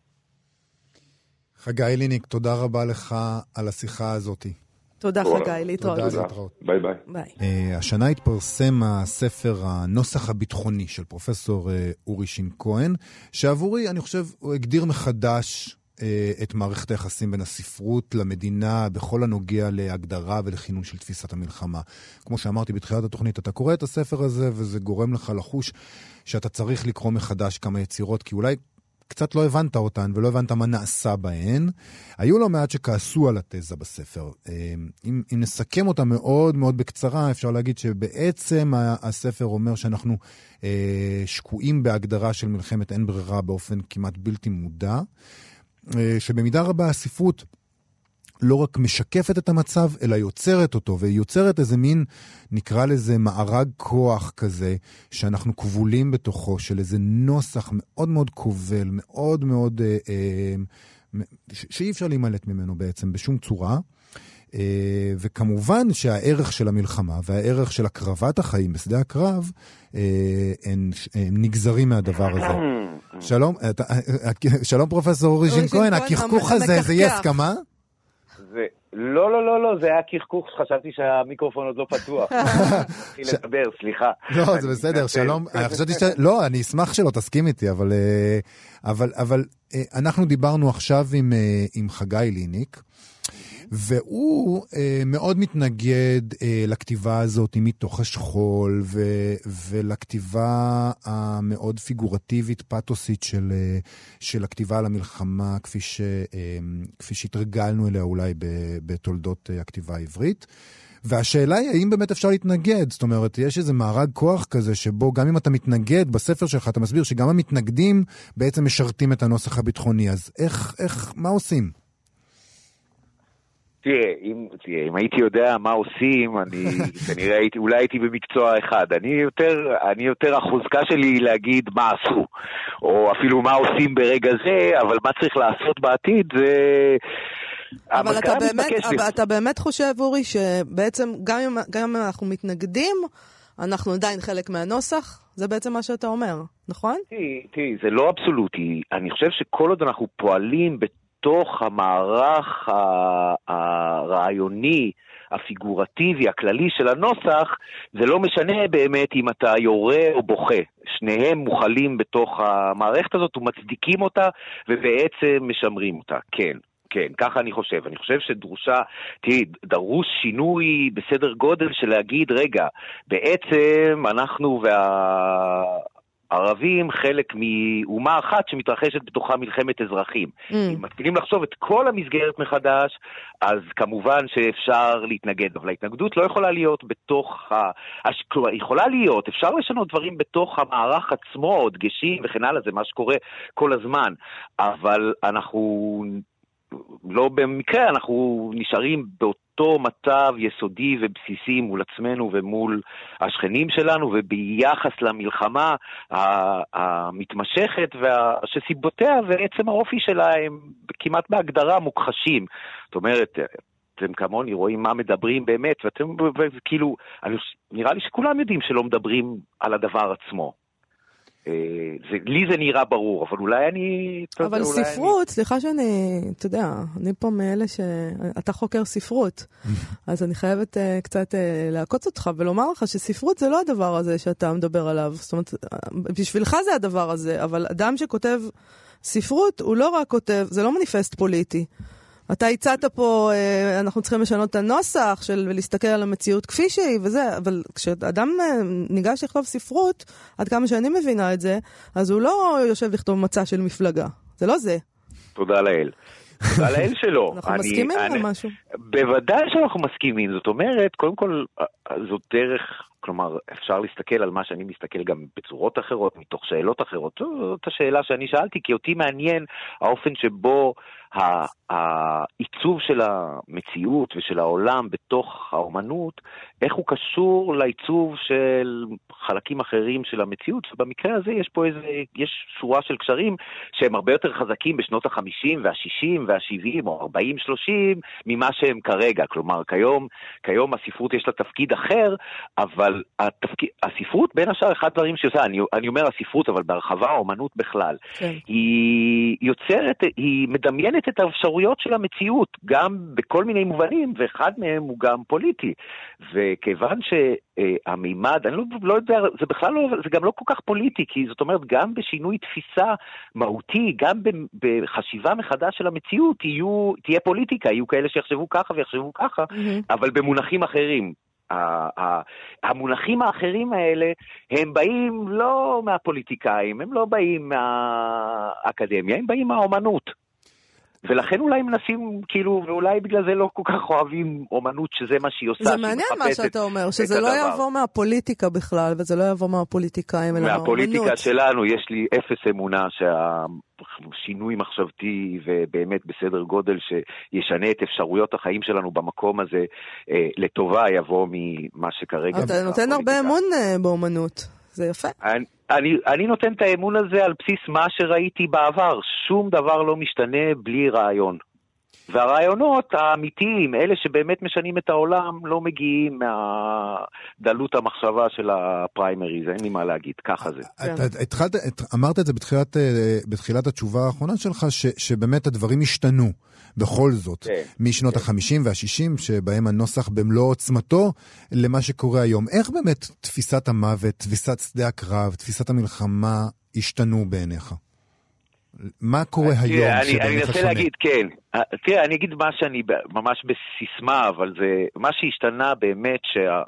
חגי ליניק, תודה רבה לך על השיחה הזאת. תודה חגי, להתראות. תודה, להתראות. ביי ביי. ביי. Uh, השנה התפרסם הספר הנוסח הביטחוני של פרופסור uh, אורי שין כהן, שעבורי, אני חושב, הוא הגדיר מחדש uh, את מערכת היחסים בין הספרות למדינה, בכל הנוגע להגדרה ולכינון של תפיסת המלחמה. כמו שאמרתי בתחילת התוכנית, אתה קורא את הספר הזה, וזה גורם לך לחוש שאתה צריך לקרוא מחדש כמה יצירות, כי אולי קצת לא הבנת אותן ולא הבנת מה נעשה בהן. היו לא מעט שכעסו על התזה בספר. אם, אם נסכם אותה מאוד מאוד בקצרה, אפשר להגיד שבעצם הספר אומר שאנחנו אה, שקועים בהגדרה של מלחמת אין ברירה באופן כמעט בלתי מודע, אה, שבמידה רבה הספרות לא רק משקפת את המצב, אלא יוצרת אותו, והיא יוצרת איזה מין, נקרא לזה מארג כוח כזה, שאנחנו כבולים בתוכו, של איזה נוסח מאוד מאוד כובל, מאוד מאוד, אה, אה, שאי אפשר להימלט ממנו בעצם בשום צורה, אה, וכמובן שהערך של המלחמה, והערך של הקרבת החיים בשדה הקרב, אה, הם, הם נגזרים מהדבר הזה. שלום, אתה, שלום פרופסור אורי שין כהן, הכחכוך הזה, זה יהיה הסכמה? זה, לא, לא, לא, לא, זה היה כחכוך, חשבתי שהמיקרופון עוד לא פתוח. התחיל לדבר, סליחה. לא, זה בסדר, שלום. חשבתי ש... לא, אני אשמח שלא תסכים איתי, אבל, אבל, אבל אנחנו דיברנו עכשיו עם, עם חגי ליניק, והוא אה, מאוד מתנגד אה, לכתיבה הזאת מתוך השכול ו, ולכתיבה המאוד פיגורטיבית, פאטוסית של, אה, של הכתיבה על המלחמה כפי, ש, אה, כפי שהתרגלנו אליה אולי ב, בתולדות אה, הכתיבה העברית. והשאלה היא, האם באמת אפשר להתנגד? זאת אומרת, יש איזה מארג כוח כזה שבו גם אם אתה מתנגד בספר שלך, אתה מסביר שגם המתנגדים בעצם משרתים את הנוסח הביטחוני. אז איך, איך, מה עושים? תראה, אם, תראה, אם הייתי יודע מה עושים, אני כנראה הייתי, אולי הייתי במקצוע אחד. אני יותר, אני יותר החוזקה שלי להגיד מה עשו, או אפילו מה עושים ברגע זה, אבל מה צריך לעשות בעתיד זה... אבל אתה באמת, אבל אתה באמת חושב, אורי, שבעצם גם אם, גם אם אנחנו מתנגדים, אנחנו עדיין חלק מהנוסח? זה בעצם מה שאתה אומר, נכון? תראי, תראי, זה לא אבסולוטי. אני חושב שכל עוד אנחנו פועלים בתוך המערך הרעיוני, הפיגורטיבי, הכללי של הנוסח, זה לא משנה באמת אם אתה יורה או בוכה. שניהם מוכלים בתוך המערכת הזאת ומצדיקים אותה ובעצם משמרים אותה, כן. כן, ככה אני חושב. אני חושב שדרושה, תראי, דרוש שינוי בסדר גודל של להגיד, רגע, בעצם אנחנו והערבים חלק מאומה אחת שמתרחשת בתוכה מלחמת אזרחים. Mm. אם מתחילים לחשוב את כל המסגרת מחדש, אז כמובן שאפשר להתנגד, אבל ההתנגדות לא יכולה להיות בתוך, ה... כלומר, יכולה להיות, אפשר לשנות דברים בתוך המערך עצמו, דגשים וכן הלאה, זה מה שקורה כל הזמן, אבל אנחנו... לא במקרה, אנחנו נשארים באותו מצב יסודי ובסיסי מול עצמנו ומול השכנים שלנו, וביחס למלחמה המתמשכת שסיבותיה ועצם האופי שלה הם כמעט בהגדרה מוכחשים. זאת אומרת, אתם כמוני רואים מה מדברים באמת, ואתם כאילו, נראה לי שכולם יודעים שלא מדברים על הדבר עצמו. זה, לי זה נראה ברור, אבל אולי אני... אבל אולי ספרות, אני... סליחה שאני, אתה יודע, אני פה מאלה ש... אתה חוקר ספרות, אז אני חייבת uh, קצת uh, להקוץ אותך ולומר לך שספרות זה לא הדבר הזה שאתה מדבר עליו, זאת אומרת, בשבילך זה הדבר הזה, אבל אדם שכותב ספרות, הוא לא רק כותב, זה לא מניפסט פוליטי. אתה הצעת פה, אנחנו צריכים לשנות את הנוסח של ולהסתכל על המציאות כפי שהיא וזה, אבל כשאדם ניגש לכתוב ספרות, עד כמה שאני מבינה את זה, אז הוא לא יושב לכתוב מצע של מפלגה. זה לא זה. תודה לאל. תודה לאל שלא. אנחנו מסכימים על משהו. בוודאי שאנחנו מסכימים. זאת אומרת, קודם כל, זאת דרך כלומר, אפשר להסתכל על מה שאני מסתכל גם בצורות אחרות, מתוך שאלות אחרות. זאת השאלה שאני שאלתי, כי אותי מעניין האופן שבו העיצוב של המציאות ושל העולם בתוך האומנות, איך הוא קשור לעיצוב של חלקים אחרים של המציאות, ובמקרה הזה יש פה איזה, יש שורה של קשרים שהם הרבה יותר חזקים בשנות ה-חמישים וה-שישים וה-שבעים או ארבעים שלושים ממה שהם כרגע. כלומר, כיום, כיום הספרות יש לה תפקיד אחר, אבל התפקיד, הספרות בין השאר אחד דברים שעושה, אני, אני אומר הספרות, אבל בהרחבה האומנות בכלל, כן. היא יוצרת, היא מדמיינת את האפשרויות של המציאות, גם בכל מיני מובנים, ואחד מהם הוא גם פוליטי. וכיוון שהמימד, אני לא, לא יודע, זה בכלל לא, זה גם לא כל כך פוליטי, כי זאת אומרת, גם בשינוי תפיסה מהותי, גם בחשיבה מחדש של המציאות, יהיו, תהיה פוליטיקה, יהיו כאלה שיחשבו ככה ויחשבו ככה, mm-hmm. אבל במונחים אחרים. המונחים האחרים האלה הם באים לא מהפוליטיקאים, הם לא באים מהאקדמיה, הם באים מהאומנות. ולכן אולי מנסים, כאילו, ואולי בגלל זה לא כל כך אוהבים אומנות, שזה מה שהיא עושה. זה מעניין מה שאתה אומר, שזה לא יבוא מהפוליטיקה בכלל, וזה לא יבוא מהפוליטיקאים, אלא מהאומנות. מהפוליטיקה שלנו יש לי אפס אמונה שהשינוי מחשבתי ובאמת בסדר גודל שישנה את אפשרויות החיים שלנו במקום הזה לטובה יבוא ממה שכרגע. אתה נותן הרבה אמון באומנות. זה יפה. אני, אני, אני נותן את האמון הזה על בסיס מה שראיתי בעבר. שום דבר לא משתנה בלי רעיון. והרעיונות האמיתיים, אלה שבאמת משנים את העולם, לא מגיעים מהדלות המחשבה של הפריימריז. אין לי מה להגיד, ככה זה. התחלת, אמרת את זה בתחילת, בתחילת התשובה האחרונה שלך, ש, שבאמת הדברים השתנו. בכל זאת, משנות ה-חמישים וה-שישים, שבהם הנוסח במלוא עוצמתו, למה שקורה היום. איך באמת תפיסת המוות, תפיסת שדה הקרב, תפיסת המלחמה, השתנו בעיניך? מה קורה היום שבעיניך שונה? אני רוצה להגיד, כן. תראה, אני אגיד מה שאני ממש בסיסמה, אבל זה מה שהשתנה באמת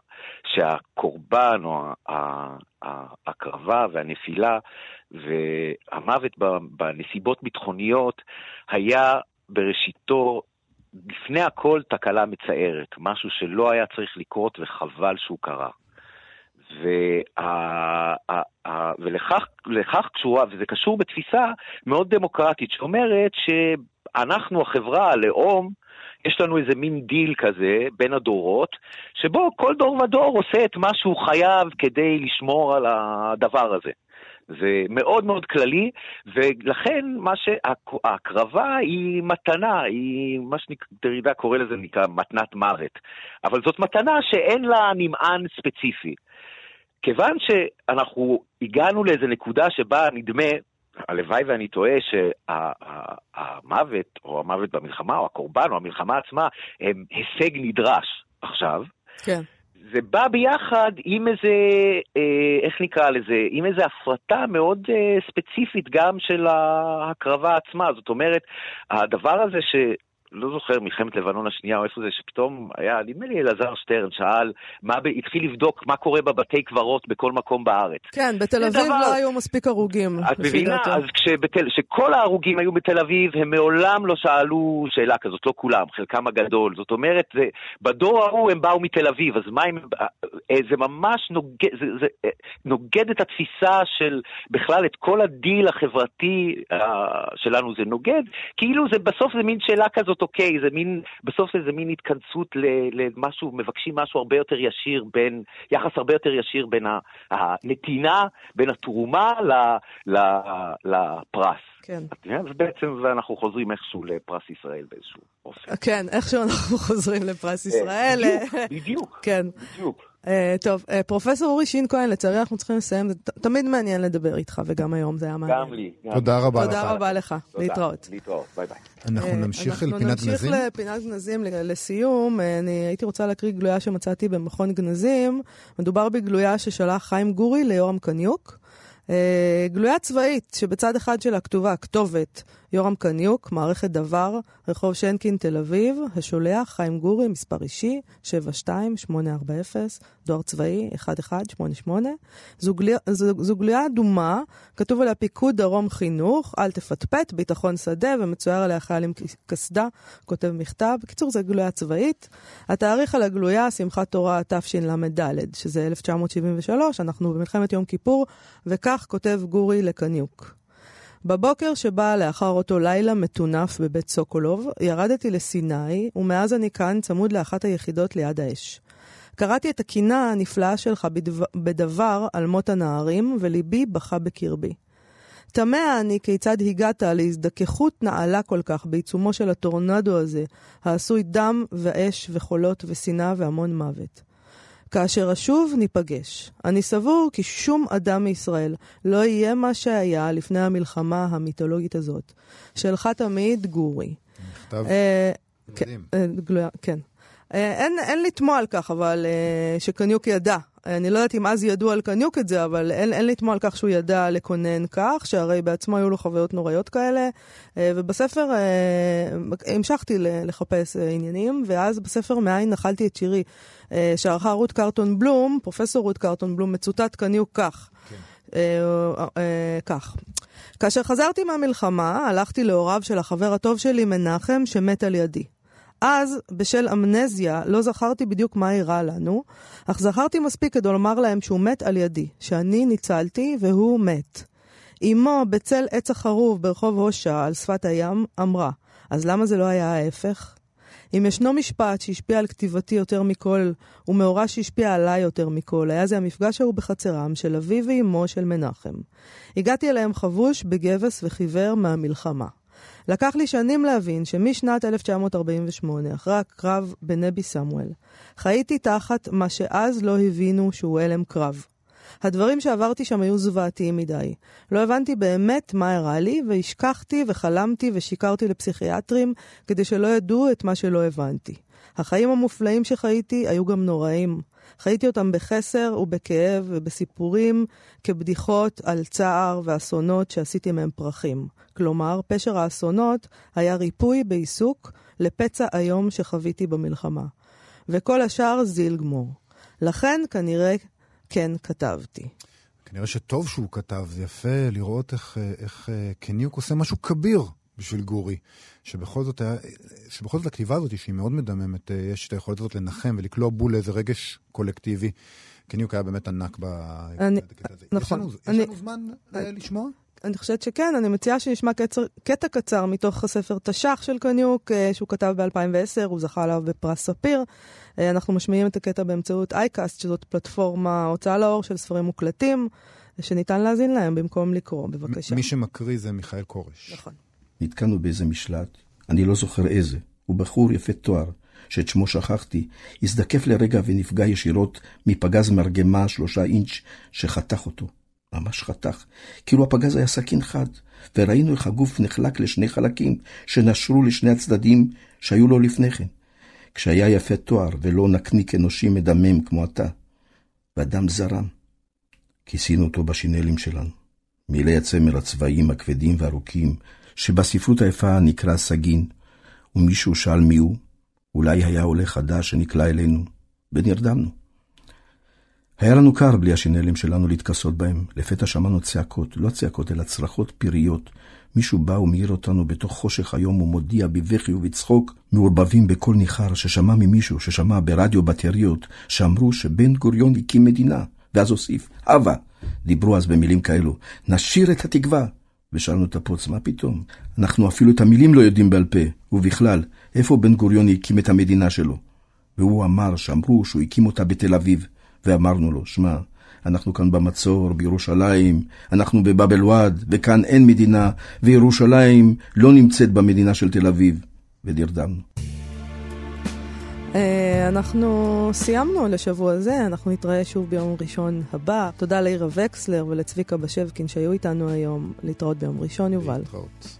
שהקורבן או הקרבה והנפילה והמוות בנסיבות ביטחוניות היה בראשיתו, לפני הכל תקלה מצערת, משהו שלא היה צריך לקרות וחבל שהוא קרה. וה, ולכך, לכך קשורה, וזה קשור בתפיסה מאוד דמוקרטית, שאומרת שאנחנו, החברה, הלאום, יש לנו איזה מין דיל כזה בין הדורות, שבו כל דור ודור עושה את מה שהוא חייב כדי לשמור על הדבר הזה. זה מאוד מאוד כללי, ולכן מה שהקרבה היא מתנה, היא מה שדרידה קורא לזה נקרא מתנת מוות, אבל זאת מתנה שאין לה נמען ספציפי. כיוון שאנחנו הגענו לאיזה נקודה שבה נדמה, הלוואי ואני טועה, שהמוות או המוות במלחמה או הקורבן או המלחמה עצמה הם הישג נדרש עכשיו. כן. זה בא ביחד עם איזה, איך נקרא לזה, עם איזה הפרטה מאוד ספציפית גם של ההקרבה עצמה. זאת אומרת, הדבר הזה ש... לא זוכר, מלחמת לבנון השנייה, או איפה זה, שפתאום היה, נדמה לי אלעזר שטרן, שאל, מה, התחיל לבדוק מה קורה בבתי קברות בכל מקום בארץ. כן, בתל אביב דבר... לא היו מספיק הרוגים. את מבינה, אז כשבתל, שכל ההרוגים היו בתל אביב, הם מעולם לא שאלו שאלה כזאת, לא כולם, חלקם הגדול. זאת אומרת, זה, בדור ההוא הם באו מתל אביב, אז מה הם, זה ממש נוגד, זה, זה, נוגד את התפיסה של, בכלל את כל הדיל החברתי שלנו זה נוגד, כאילו זה בסוף זה מין שאלה כזאת, אוקיי, זה מין, בסוף זה מין התכנסות למשהו, מבקשים משהו הרבה יותר ישיר בין, יחס הרבה יותר ישיר בין הנתינה, בין התרומה לפרס. כן. ובעצם אנחנו חוזרים איכשהו לפרס ישראל באיזשהו אופן. כן, איכשהו אנחנו חוזרים לפרס ישראל. בדיוק, בדיוק. כן. בדיוק. טוב, פרופסור אורי שין כהן, לצערי אנחנו צריכים לסיים, תמיד מעניין לדבר איתך, וגם היום זה היה מעניין. גם לי. תודה רבה לך. תודה רבה לך, להתראות. להתראות, ביי ביי. אנחנו נמשיך אל פינת גנזים. אנחנו נמשיך לפינת גנזים לסיום. אני הייתי רוצה להקריא גלויה שמצאתי במכון גנזים. מדובר בגלויה ששלח חיים גורי ליורם קניוק. גלויה צבאית שבצד אחד שלה כתובה כתובת יורם קניוק, מערכת דבר, רחוב שנקין, תל אביב, השולח, חיים גורי, מספר אישי, שבע שתיים שמונה ארבע אפס, דואר צבאי, אחת אחת שמונה שמונה. זוגליה, זוגליה אדומה, כתוב עליה פיקוד דרום חינוך, אל תפטפט, ביטחון שדה, ומצויר עליה חייל עם כסדה, כותב מכתב. בקיצור, זה גלויה צבאית. התאריך על הגלויה, שמחת תורה תשל"ד, שזה אלף תשע מאות שבעים ושלוש, אנחנו במלחמת יום כיפור, וכך כותב גורי לקניוק. בבוקר שבא לאחר אותו לילה מטונף בבית סוקולוב, ירדתי לסיני, ומאז אני כאן צמוד לאחת היחידות ליד האש. קראתי את הקינה הנפלאה שלך בדבר, בדבר על מות הנערים, וליבי בכה בקרבי. תמה אני כיצד הגעת להזדככות נעלה כל כך בעיצומו של הטורנדו הזה, העשוי דם ואש וחולות ושנאה והמון מוות. כאשר אשוב ניפגש. אני סבור כי שום אדם מישראל לא יהיה מה שהיה לפני המלחמה המיתולוגית הזאת. שלך תמיד גורי. מכתב מדהים. כן. אין, אין לתמוע על כך, אבל שקניוק ידע. אני לא יודעת אם אז ידעו על קניוק את זה, אבל אין, אין לתמוע על כך שהוא ידע לקונן כך, שהרי בעצמו היו לו חוויות נוראיות כאלה, ובספר המשכתי לחפש עניינים, ואז בספר מאין נחלתי את שירי, שערכה רות קרטון בלום, פרופסור רות קרטון בלום, מצוטט קניוק כך. כן. כך. כאשר חזרתי מהמלחמה, הלכתי להוריו של החבר הטוב שלי מנחם, שמת על ידי. אז, בשל אמנזיה, לא זכרתי בדיוק מה אירע לנו, אך זכרתי מספיק כדי לומר להם שהוא מת על ידי, שאני ניצלתי והוא מת. אמו, בצל עץ החרוב ברחוב הושע על שפת הים, אמרה, אז למה זה לא היה ההפך? אם ישנו משפט שהשפיע על כתיבתי יותר מכל, ומאורע שהשפיע עליי יותר מכל, היה זה המפגש ההוא בחצרם של אבי ואמו של מנחם. הגעתי אליהם חבוש בגבס וחיוור מהמלחמה. לקח לי שנים להבין שמשנת אלף תשע מאות ארבעים ושמונה, אחרי הקרב בנבי סמואל, חייתי תחת מה שאז לא הבינו שהוא אלם קרב. הדברים שעברתי שם היו זוועתיים מדי. לא הבנתי באמת מה הראה לי, והשכחתי וחלמתי ושיקרתי לפסיכיאטרים, כדי שלא ידעו את מה שלא הבנתי. החיים המופלאים שחייתי היו גם נוראים. חייתי אותם בחסר ובכאב ובסיפורים כבדיחות על צער ואסונות שעשיתי מהם פרחים. כלומר, פשר האסונות היה ריפוי בעיסוק לפצע היום שחוויתי במלחמה. וכל השאר זיל גמור. לכן כנראה כן כתבתי. כנראה שטוב שהוא כתב, זה יפה לראות איך, איך קניוק עושה משהו כביר בשביל גורי, שבכל זאת, היה, שבכל זאת הכתיבה הזאת, שהיא מאוד מדממת, יש את היכולת הזאת לנחם ולקלוע בול לאיזה רגש קולקטיבי. קניוק היה באמת ענק בקטע הזה. נכון. יש לנו, יש לנו זמן לשמוע? אני חושבת שכן, אני מציעה שנשמע קצר, קטע קצר מתוך הספר תש"ח של קניוק, שהוא כתב ב-אלפיים ועשר, הוא זכה עליו בפרס ספיר. אנחנו משמיעים את הקטע באמצעות אייקאסט, שזאת פלטפורמה הוצאה לאור של ספרים מוקלטים, שניתן להזין להם במקום לקרוא, בבקשה. מי שמקריא זה מיכאל קורש. נכון. נתקנו באיזה משלט, אני לא זוכר איזה, הוא בחור יפה תואר, שאת שמו שכחתי, הזדקף לרגע ונפגע ישירות מפגז מרגמה שלושה אינץ' שחתך אותו. ממש חתך, כאילו הפגז היה סכין חד, וראינו איך הגוף נחלק לשני חלקים שנשרו לשני הצדדים שהיו לו לפני כן. כשהיה יפה תואר ולא נקניק אנושי מדמם כמו אתה, ואדם זרם. כיסינו אותו בשינלים שלנו, מילי הצמר הצבאיים הכבדים והארוכים, שבספרות היפה נקרא סגין, ומישהו שאל מי הוא, אולי היה עולה חדש שנקלע אלינו, ונרדמנו. היה לנו קר בלי השינלים שלנו להתכסות בהם, לפתע שמענו צעקות, לא צעקות אלא צרחות פיריות. מישהו בא ומאיר אותנו בתוך חושך היום ומודיע בבכי ובצחוק, מעורבבים בכל ניחר ששמע ממישהו ששמע ברדיו בטריות, שאמרו שבן גוריון הקים מדינה, ואז הוסיף, אבא, דיברו אז במילים כאלו, נשיר את התקווה. ושאלנו את הפוץ, מה פתאום? אנחנו אפילו את המילים לא יודעים בעל פה, ובכלל, איפה בן גוריון הקים את המדינה שלו? והוא אמר שאמרו שהוא הקים אותה בתל אביב, ואמרנו לו, שמע, אנחנו כאן במצור, בירושלים, אנחנו בבבל וואד, וכאן אין מדינה, וירושלים לא נמצאת במדינה של תל אביב, ונרדמנו. אנחנו סיימנו לשבוע הזה, אנחנו נתראה שוב ביום ראשון הבא. תודה לאירה וקסלר ולצביקה בשבקין שהיו איתנו היום. להתראות ביום ראשון, יובל. להתראות.